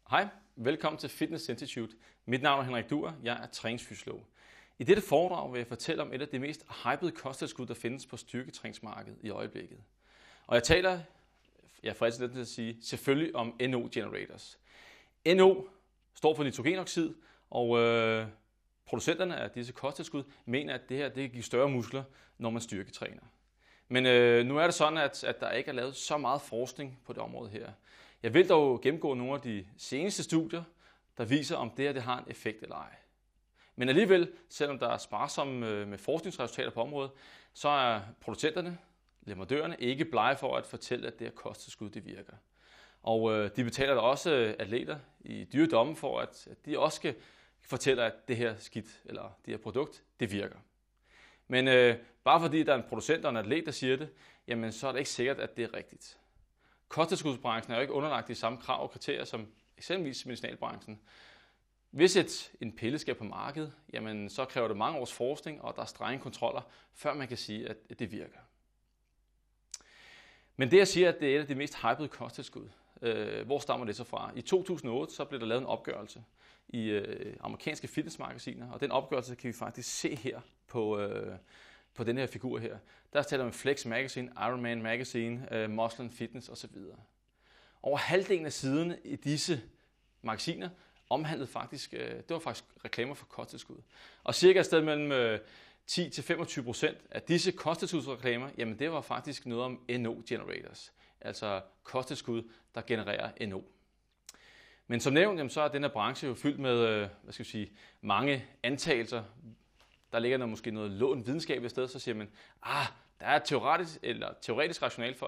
Hej, velkommen til Fitness Institute. Mit navn er Henrik Duer, jeg er træningsfysiolog. I dette foredrag vil jeg fortælle om et af de mest hypede kosttilskud, der findes på styrketræningsmarkedet i øjeblikket. Og jeg taler, jeg får altid lidt til at sige, selvfølgelig om NO Generators. NO står for nitrogenoxid, og producenterne af disse kosttilskud mener, at det her det giver større muskler, når man styrketræner. Men nu er det sådan, at der ikke er lavet så meget forskning på det område her. Jeg vil dog gennemgå nogle af de seneste studier, der viser, om det her det har en effekt eller ej. Men alligevel, selvom der er sparsomme med forskningsresultater på området, så er producenterne, leverandørerne, ikke blege for at fortælle, at det her kosttilskud det virker. Og de betaler da også atleter i dyre domme for, at de også skal fortælle, at det her skidt eller det her produkt, det virker. Men bare fordi der er en producent og en atlet, der siger det, jamen så er det ikke sikkert, at det er rigtigt. Kosttilskudsbranchen er jo ikke underlagt de samme krav og kriterier som eksempelvis medicinalbranchen. Hvis en pille skal på markedet, jamen så kræver det mange års forskning, og der er strenge kontroller, før man kan sige, at det virker. Men det jeg siger, at det er et af de mest hypede kosttilskud. Hvor stammer det så fra? I 2008 så blev der lavet en opgørelse i amerikanske fitnessmagasiner, og den opgørelse kan vi faktisk se her på den her figur her. Der taler man Flex Magazine, Ironman Magazine, Muscle & Fitness osv. Over halvdelen af siderne i disse magasiner omhandlede faktisk, det var faktisk reklamer for kosttilskud. Og cirka et sted mellem 10-25% af disse kosttilskudsreklamer, jamen det var faktisk noget om NO Generators, altså kosttilskud, der genererer NO. Men som nævnt, jamen, så er den her branche jo fyldt med mange antagelser. Der ligger måske noget lånt videnskab i stedet, så siger man, der er teoretisk rationale for,